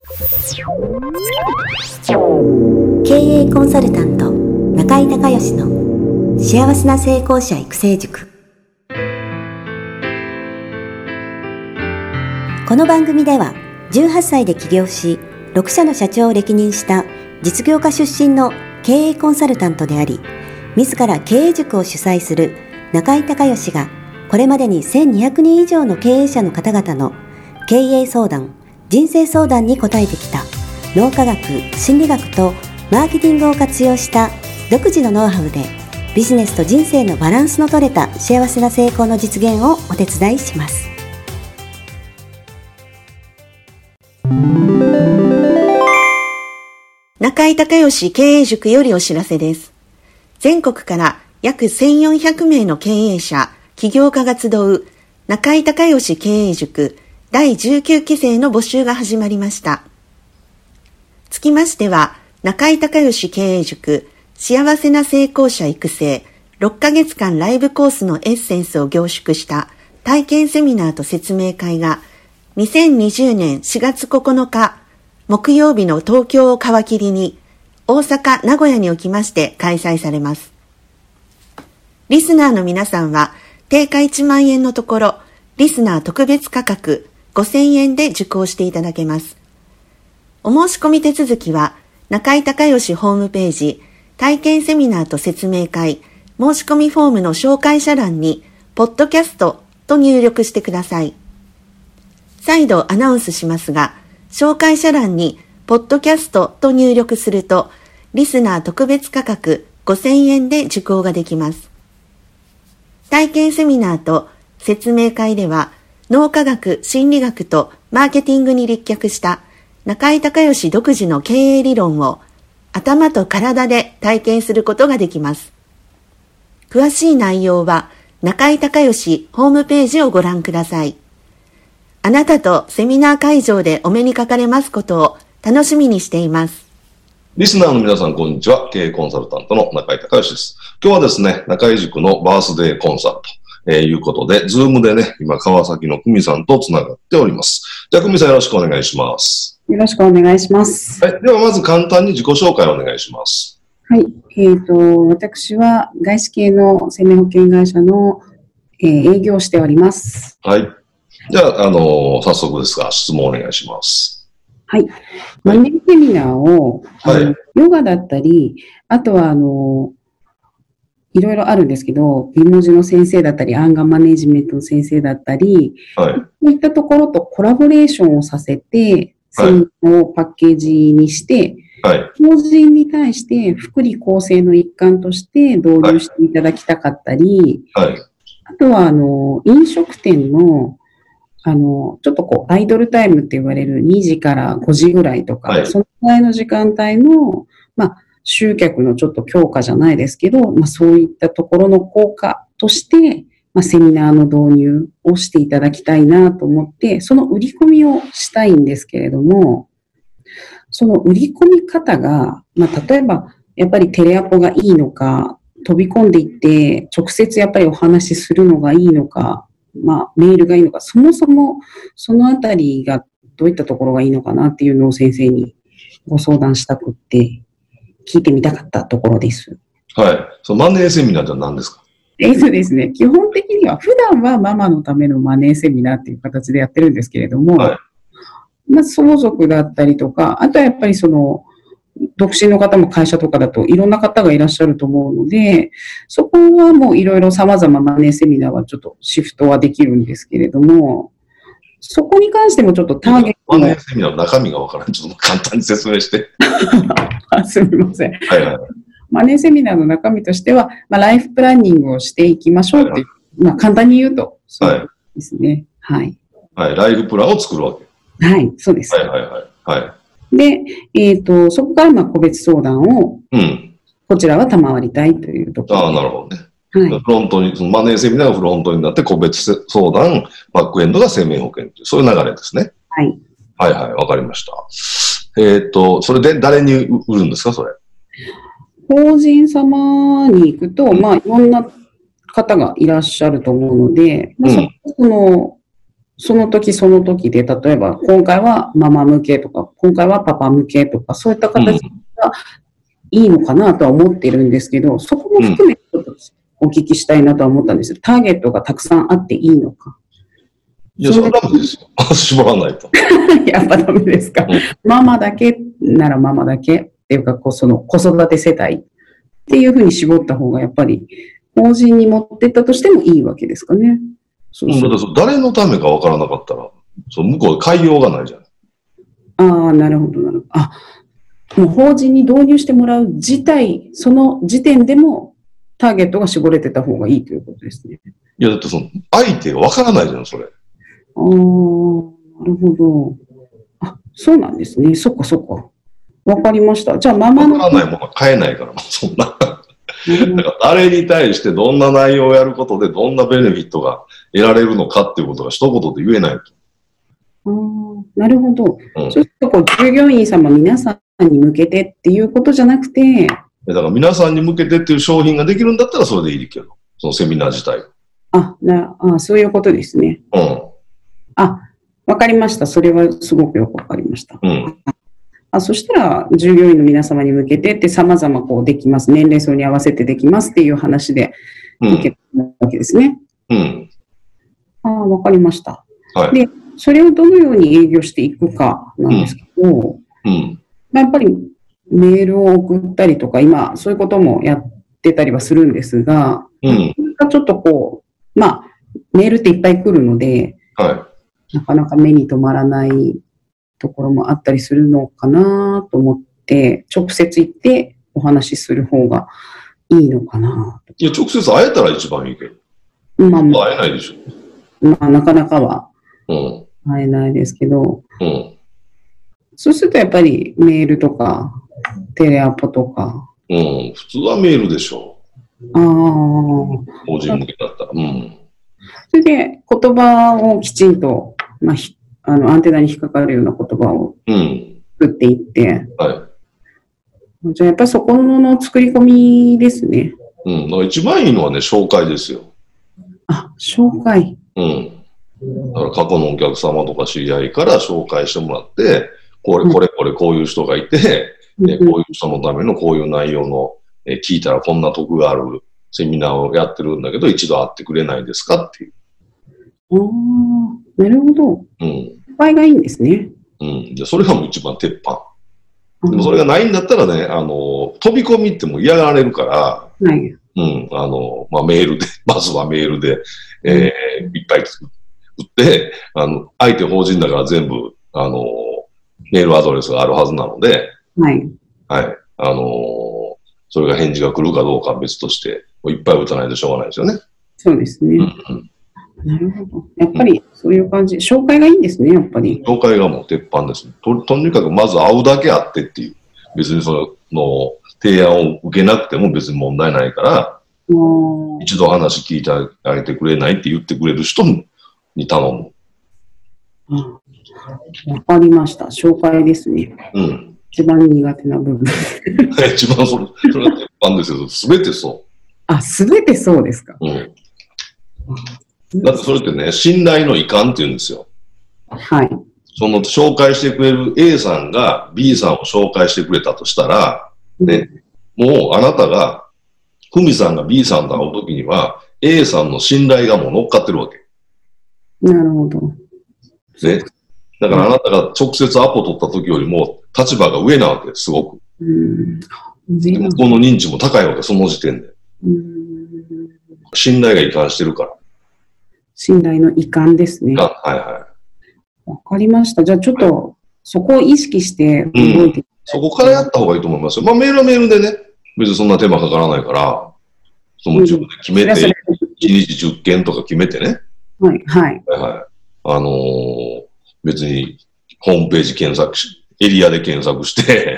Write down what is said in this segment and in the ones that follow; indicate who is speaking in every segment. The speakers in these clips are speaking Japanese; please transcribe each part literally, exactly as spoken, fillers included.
Speaker 1: 経営コンサルタント中井孝義の幸せな成功者育成塾。この番組ではじゅうはっさいで起業しろくしゃの社長を歴任した実業家出身の経営コンサルタントであり、自ら経営塾を主催する中井孝義がこれまでにせんにひゃくにん以上の経営者の方々の経営相談、人生相談に応えてきた脳科学、心理学とマーケティングを活用した独自のノウハウでビジネスと人生のバランスの取れた幸せな成功の実現をお手伝いします。
Speaker 2: 中井孝義経営塾よりお知らせです。全国から約せんよんひゃくめいの経営者、起業家が集う中井孝義経営塾だいじゅうきゅうきせいの募集が始まりました。つきましては、中井孝義経営塾幸せな成功者育成ろっかげつかんライブコースのエッセンスを凝縮した体験セミナーと説明会がにせんにじゅうねんしがつここのか木曜日の東京を皮切りに大阪、名古屋におきまして開催されます。リスナーの皆さんは定価いちまんえんのところリスナー特別価格ごせんえんで受講していただけます。お申し込み手続きは中井孝義ホームページ体験セミナーと説明会申し込みフォームの紹介者欄にポッドキャストと入力してください。再度アナウンスしますが、紹介者欄にポッドキャストと入力するとリスナー特別価格ごせんえんで受講ができます。体験セミナーと説明会では脳科学、心理学とマーケティングに立脚した中井孝義独自の経営理論を頭と体で体験することができます。詳しい内容は中井孝義ホームページをご覧ください。あなたとセミナー会場でお目にかかれますことを楽しみにしています。
Speaker 3: リスナーの皆さん、こんにちは。経営コンサルタントの中井孝義です。今日はですね、中井塾のバースデーコンサルと、えー、いうことで、ズームでね、今、川崎の久美さんとつながっております。じゃあ、久美さんよろしくお願いします。
Speaker 4: よろしくお願いします。
Speaker 3: はい。では、まず簡単に自己紹介をお願いします。
Speaker 4: はい。えっと、私は外資系の生命保険会社の、えー、営業をしております。
Speaker 3: はい。じゃあ、あのー、早速ですが、質問をお願いします。
Speaker 4: はい。マネーセミナーを、
Speaker 3: はい、
Speaker 4: ヨガだったり、あとは、あの、いろいろあるんですけど、美文字の先生だったり、アンガーマネジメントの先生だったり、
Speaker 3: はい、
Speaker 4: そういったところとコラボレーションをさせて、セミナーをパッケージにして、はい、法人に対して福利厚生の一環として導入していただきたかったり、はいはい、あとは、あの、飲食店の、あの、ちょっとこう、アイドルタイムって言われるにじからごじぐらいとか、はい、そのぐらいの時間帯の、まあ、集客のちょっと強化じゃないですけど、まあ、そういったところの効果として、まあ、セミナーの導入をしていただきたいなと思って、その売り込みをしたいんですけれども、その売り込み方が、まあ、例えば、やっぱりテレアポがいいのか、飛び込んでいって、直接やっぱりお話しするのがいいのか、まあ、メールがいいのか、そもそもそのあたりがどういったところがいいのかなっていうのを先生にご相談したくって、聞いてみたかったところです。
Speaker 3: はい。そのマネーセミナーって何ですか？
Speaker 4: えっとですね、基本的には普段はママのためのマネーセミナーっていう形でやってるんですけれども、はい、まあ、相続だったりとか、あとはやっぱりその、独身の方も会社とかだといろんな方がいらっしゃると思うので、そこはもういろいろ様々マネーセミナーはちょっとシフトはできるんですけれども、そこに関してもちょっとターゲットの。
Speaker 3: マネーセミナーの中身がわからん。ちょっと簡単に説明して。
Speaker 4: すみません。
Speaker 3: はいはい。
Speaker 4: マネーセミナーの中身としては、まあ、ライフプランニングをしていきましょうっていう、はいはい、まあ、簡単に言うと、そうですね。はい。
Speaker 3: はい。ライフプランを作るわけ。
Speaker 4: はい、そうです。
Speaker 3: はいはいはい。はい。
Speaker 4: で、えっと、そこからまあ個別相談を、
Speaker 3: うん。
Speaker 4: こちらは賜りたいというところ。
Speaker 3: ああ、なるほどね。
Speaker 4: はい。
Speaker 3: フロントに、そのマネーセミナーがフロントになって個別相談、バックエンドが生命保険という、そういう流れですね。
Speaker 4: はい。
Speaker 3: はいはい、わかりました。えっと、それで誰に売るんですか、それ。
Speaker 4: 法人様に行くと、まあ、いろんな方がいらっしゃると思うので、まあ、そのその時その時で、例えば今回はママ向けとか、今回はパパ向けとか、そういった形がいいのかなとは思ってるんですけど、そこも含めてちょっとお聞きしたいなとは思ったんですよ。ターゲットがたくさんあっていいのか。
Speaker 3: いや、それはダメですよ。絞らないと。
Speaker 4: やっぱダメですか。うん、ママだけならママだけっていうか、こうその子育て世帯っていうふうに絞った方がやっぱり法人に持ってったとしてもいいわけですかね。
Speaker 3: そうそう。だから誰のためかわからなかったら、その向こう変えようがないじゃん。
Speaker 4: ああ、なるほど、なるほど。あ、もう法人に導入してもらう自体、その時点でもターゲットが絞れてた方がいいということですね。
Speaker 3: いや、だってその相手がわからないじゃん、それ。
Speaker 4: ああ、なるほど。あ、そうなんですね。そっかそっか。わかりました。じゃあ、ママの。
Speaker 3: わからないものは買えないから、そんな。だから誰に対してどんな内容をやることでどんなベネフィットが得られるのかっていうことが一言で言えないと。
Speaker 4: ああ、なるほど。うん、そうするとこう、従業員様皆さんに向けてっていうことじゃなくて。
Speaker 3: だから皆さんに向けてっていう商品ができるんだったらそれでいいけど、そのセミナー自体。
Speaker 4: あ、なあ、そういうことですね。
Speaker 3: うん。
Speaker 4: あ、わかりました。それはすごくよくわかりました。
Speaker 3: うん。
Speaker 4: あ、そしたら、従業員の皆様に向けてって様々こうできます。年齢層に合わせてできますっていう話で受けたわけですね。
Speaker 3: うん。
Speaker 4: ああ、わかりました。
Speaker 3: はい。
Speaker 4: で、それをどのように営業していくかなんですけど、
Speaker 3: うん。うん、
Speaker 4: やっぱりメールを送ったりとか、今、そういうこともやってたりはするんですが、
Speaker 3: うん。
Speaker 4: ちょっとこう、まあ、メールっていっぱい来るので、
Speaker 3: はい。
Speaker 4: なかなか目に留まらないところもあったりするのかなと思って、直接行ってお話しする方がいいのかな。
Speaker 3: いや、直接会えたら一番いいけど。まあ、会えないでし
Speaker 4: ょ。まあ、なかなかは
Speaker 3: うん。
Speaker 4: 会えないですけど、
Speaker 3: うん。
Speaker 4: そうするとやっぱりメールとか、テレアポとか。
Speaker 3: うん、普通はメールでしょ
Speaker 4: う。ああ。
Speaker 3: 法人向けだったら。うん。
Speaker 4: それで言葉をきちんと、まあ、あの、アンテナに引っかかるような言葉を作っていって、
Speaker 3: うん、はい。
Speaker 4: じゃあやっぱりそこの作り込みですね。
Speaker 3: うん。だから一番いいのはね、紹介ですよ。
Speaker 4: あ、紹介。
Speaker 3: うん。だから過去のお客様とか知り合いから紹介してもらって、これ、これ、これ、こういう人がいて、うん、こういう人のためのこういう内容の、え聞いたらこんな得があるセミナーをやってるんだけど、一度会ってくれないですかっていう。
Speaker 4: ああ、なるほど。
Speaker 3: うん。
Speaker 4: いっぱいがいいんですね。
Speaker 3: うん。じゃそれがもう一番鉄板。でもそれがないんだったらね、あの、飛び込みっても嫌がられるから、
Speaker 4: はい。
Speaker 3: うん、あの、まあ、メールで、まずはメールで、えー、いっぱい打って、あの、相手法人だから全部、あの、メールアドレスがあるはずなので、
Speaker 4: はい。
Speaker 3: はい。あの、それが返事が来るかどうかは別として、いっぱい打たないとしょうがないですよね。
Speaker 4: そうですね。うんうん、なるほど。やっぱりそういう感じ、うん、紹介がいいんですね、やっぱり。
Speaker 3: 紹介がもう鉄板です。と、とにかくまず会うだけ会ってっていう。別にその、提案を受けなくても別に問題ないから、一度話聞いてあげてくれないって言ってくれる人に頼む。
Speaker 4: わ、うん、かりました。紹介ですね。
Speaker 3: うん。
Speaker 4: 一番苦手な部分。
Speaker 3: 一番それ、それは鉄板ですよ。すべてそう。
Speaker 4: あ、すべてそうですか。
Speaker 3: うん。だってそれってね、信頼の遺憾って言うんですよ。
Speaker 4: はい。
Speaker 3: その紹介してくれる A さんが B さんを紹介してくれたとしたら、ね、うん、もうあなたが、ふみさんが B さんと会うときには、A さんの信頼がもう乗っかってるわけ。
Speaker 4: なるほど。
Speaker 3: ね。だからあなたが直接アポ取ったときよりも立場が上なわけです、すごく。
Speaker 4: うん。
Speaker 3: で向こうの認知も高いわけ、その時点で。
Speaker 4: うん。
Speaker 3: 信頼が移管してるから。
Speaker 4: 信頼の移管ですね。
Speaker 3: あ、はいはい。
Speaker 4: わかりました。じゃあちょっと、はい、そこを意識して動いて、うん、
Speaker 3: そこからやった方がいいと思いますよ。まあメールはメールでね、別にそんな手間かからないから、その自分で決めて、いちにちじゅっけんとか決めてね。
Speaker 4: はい、はい。
Speaker 3: はいはい。あのー、別にホームページ検索し、エリアで検索して、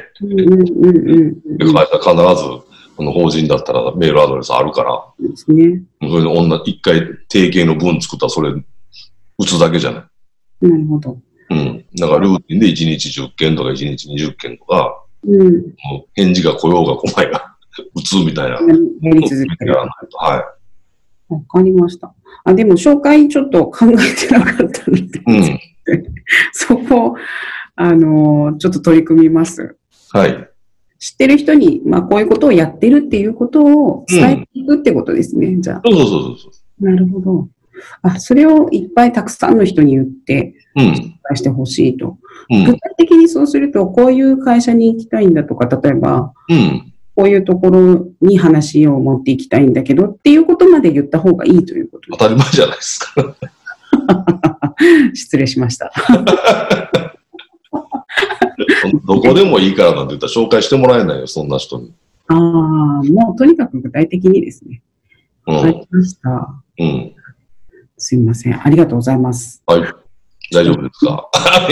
Speaker 4: うんうんうんうん、
Speaker 3: 会社必ず、この法人だったらメールアドレスあるから、
Speaker 4: ですね。
Speaker 3: それで女、一回定型の文作ったらそれ打つだけじゃない。
Speaker 4: なるほど。
Speaker 3: うん。だからルーティンでいちにちじゅっけんとかいちにちにじゅっけんとか、
Speaker 4: うん、
Speaker 3: もう返事が来ようが来まいが打つみたいな。
Speaker 4: やり続ける。
Speaker 3: やらないと。はい。
Speaker 4: わかりました。あ、でも紹介ちょっと考えてなかったので、うん、そこ、あの、ちょっと取り組みます。
Speaker 3: はい。
Speaker 4: 知ってる人に、まあ、こういうことをやってるっていうことを伝えていくってことですね、うん、じゃあ。
Speaker 3: そうそうそうそう。
Speaker 4: なるほど。あ、それをいっぱいたくさんの人に言って、
Speaker 3: うん、
Speaker 4: 紹介してほしいと、
Speaker 3: うん。
Speaker 4: 具体的にそうすると、こういう会社に行きたいんだとか、例えば、
Speaker 3: うん、
Speaker 4: こういうところに話を持っていきたいんだけどっていうことまで言った方がいいということ
Speaker 3: です。当たり前じゃないですか。
Speaker 4: 失礼しました。
Speaker 3: どこでもいいからなんて言ったら紹介してもらえないよ、そんな人に。
Speaker 4: ああ、もうとにかく具体的にですね。わかりました。
Speaker 3: うん。
Speaker 4: すいません。ありがとうございます。
Speaker 3: はい。大丈夫ですか？はい。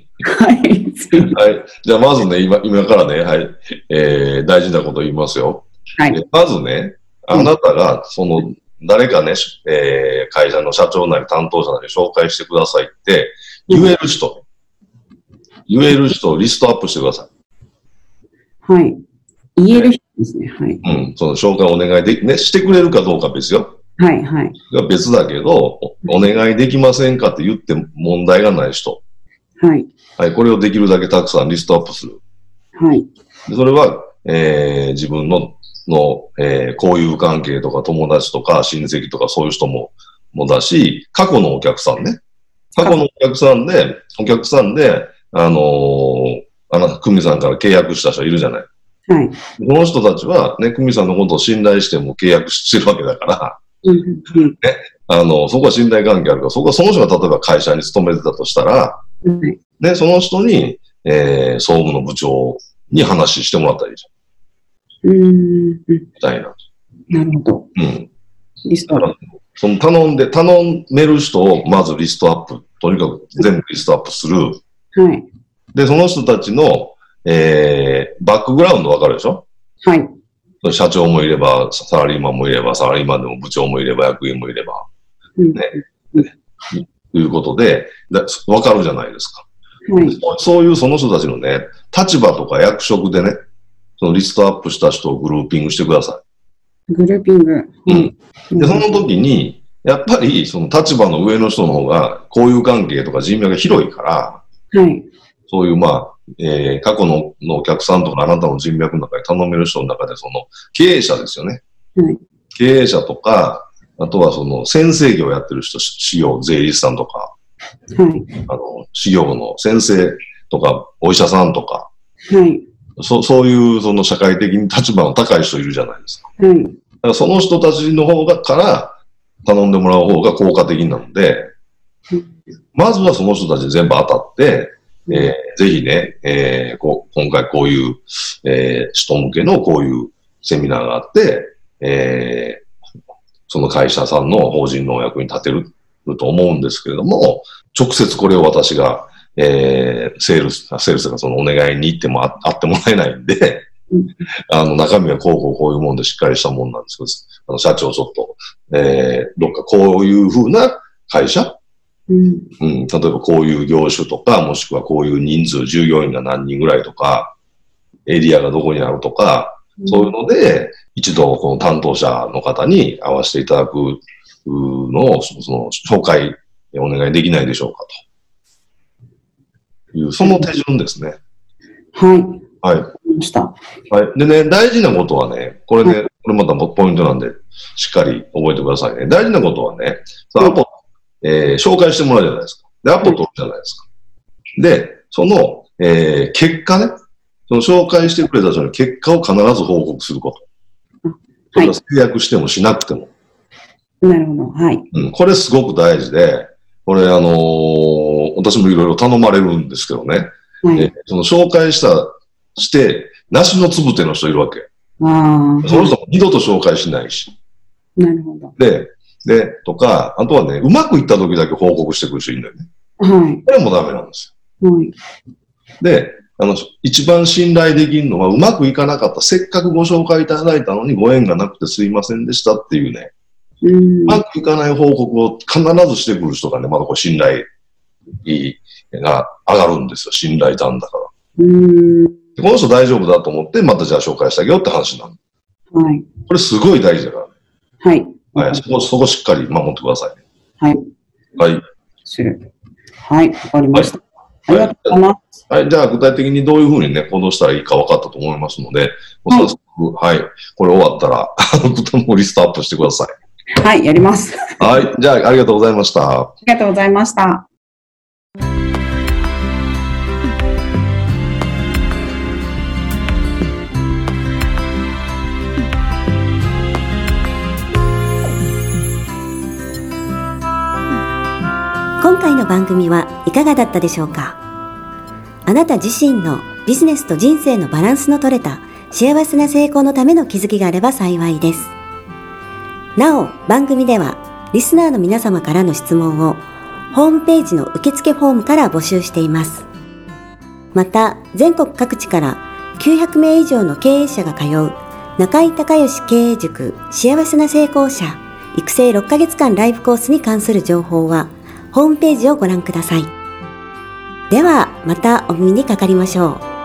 Speaker 4: はい。
Speaker 3: はい。じゃあまずね、今、今からね、はい。えー、大事なこと言いますよ。
Speaker 4: はい。
Speaker 3: まずね、あなたが、その、誰かね、えー、会社の社長なり担当者なり紹介してくださいって言える人、言える人をリストアップしてくださ
Speaker 4: い。はい。言える人ですね。はい。
Speaker 3: うん。その紹介お願いで、ね、してくれるかどうか別よ。
Speaker 4: はい、はい。
Speaker 3: が別だけどお、お願いできませんかって言って問題がない人。
Speaker 4: はい。
Speaker 3: はい。これをできるだけたくさんリストアップする。
Speaker 4: はい。
Speaker 3: でそれは、えー、自分の、の、えー、交友関係とか友達とか親戚とかそういう人も、もだし、過去のお客さんね。過去のお客さんで、お客さんで、あのー、あの、久美さんから契約した人いるじゃない。
Speaker 4: はい。
Speaker 3: この人たちは、ね、久美さんのことを信頼しても契約してるわけだから、
Speaker 4: うんうん、
Speaker 3: ね、あの、そこは信頼関係あるから、そこはその人が例えば会社に勤めてたとしたら、
Speaker 4: うん、
Speaker 3: ね、その人に、えー、総務の部長に話してもらったらいいじ
Speaker 4: ゃん。うん。み
Speaker 3: たいな。
Speaker 4: なるほど。
Speaker 3: うん。
Speaker 4: リストアップ。
Speaker 3: その頼んで、頼める人をまずリストアップ。とにかく全部リストアップする。
Speaker 4: はい。
Speaker 3: で、その人たちの、えー、バックグラウンドわかるでしょ？
Speaker 4: はい。
Speaker 3: 社長もいれば、サラリーマンもいれば、サラリーマンでも部長もいれば、役員もいれば。ね。うん、ねということで、わかるじゃないですか。
Speaker 4: はい。
Speaker 3: そういうその人たちのね、立場とか役職でね、そのリストアップした人をグルーピングしてくださ
Speaker 4: い。グルーピング。
Speaker 3: うん。で、その時に、やっぱりその立場の上の人の方が、交友関係とか人脈が広いから、
Speaker 4: はい。
Speaker 3: そういうまあ、えー、過去ののお客さんとかあなたの人脈の中で頼める人の中で、その経営者ですよね。
Speaker 4: はい。
Speaker 3: 経営者とか、あとはその先生業やってる人、事業、税理士さんとか、
Speaker 4: はい。
Speaker 3: あの、事業の先生とか、お医者さんとか、
Speaker 4: はい。
Speaker 3: そそういうその社会的に立場の高い人いるじゃないですか。
Speaker 4: はい。
Speaker 3: だからその人たちの方がから頼んでもらう方が効果的なので、まずはその人たち全部当たって、えー、ぜひね、えー、こう今回こういう、えー、人向けのこういうセミナーがあって、えー、その会社さんの法人のお役に立てると思うんですけれども、直接これを私が、えー、セールス、セールスがそのお願いに行ってもあってもらえないんで、あの中身はこうこうこういうもんでしっかりしたもんなんですけど、あの社長ちょっと、えー、どっかこういう風な会社うん、うん、例えばこういう業種とか、もしくはこういう人数、従業員が何人ぐらいとか、エリアがどこにあるとか、うん、そういうので、一度この担当者の方に会わせていただくのを、その紹介お願いできないでしょうかという、その手順ですね。
Speaker 4: はい。
Speaker 3: はい。はい。でね、大事なことはね、これね、はい、これまたポイントなんで、しっかり覚えてくださいね。大事なことはね、そのアポ、えー、紹介してもらうじゃないですか。で、アポ取るじゃないですか。で、その、えー、結果ね、その紹介してくれた人の結果を必ず報告すること。それは制約してもしなくても。
Speaker 4: なるほど。はい。
Speaker 3: うん。これすごく大事で、これあのー、私もいろいろ頼まれるんですけどね。はい、えー、その紹介した、して、なしのつぶての人いるわけ。
Speaker 4: あ
Speaker 3: その人も二度と紹介しないし。
Speaker 4: なるほど。
Speaker 3: で、で、とか、あとはね、うまくいった時だけ報告してくる人いるんだよね。
Speaker 4: はい。
Speaker 3: これもダメなんです
Speaker 4: よ。はい。
Speaker 3: で、あの、一番信頼できるのは、うまくいかなかった。せっかくご紹介いただいたのにご縁がなくてすいませんでしたっていうね。
Speaker 4: うん。
Speaker 3: うまくいかない報告を必ずしてくる人がね、まだこれ信頼が上がるんですよ。信頼残だから。
Speaker 4: うん。
Speaker 3: この人大丈夫だと思って、またじゃあ紹介してあげようって話なの。
Speaker 4: はい。
Speaker 3: これすごい大事だからね。
Speaker 4: はい。
Speaker 3: はい。そこ、そこしっかり守ってください。
Speaker 4: はい。
Speaker 3: はい。
Speaker 4: する。はい。わかりました。
Speaker 3: はい、
Speaker 4: ありがとうございます。
Speaker 3: はい。じゃあ、具体的にどういうふうにね、行動したらいいか分かったと思いますので、はい、早速、はい。これ終わったら、もうリストアップしてください。
Speaker 4: はい。やります。
Speaker 3: はい。じゃあ、ありがとうございました。
Speaker 4: ありがとうございました。
Speaker 1: 今回の番組はいかがだったでしょうか。あなた自身のビジネスと人生のバランスの取れた幸せな成功のための気づきがあれば幸いです。なお、番組ではリスナーの皆様からの質問をホームページの受付フォームから募集しています。また、全国各地からきゅうひゃくめい以上の経営者が通う中井隆義経営塾幸せな成功者育成ろっかげつかんライブコースに関する情報はホームページをご覧ください。ではまたお耳にかかりましょう。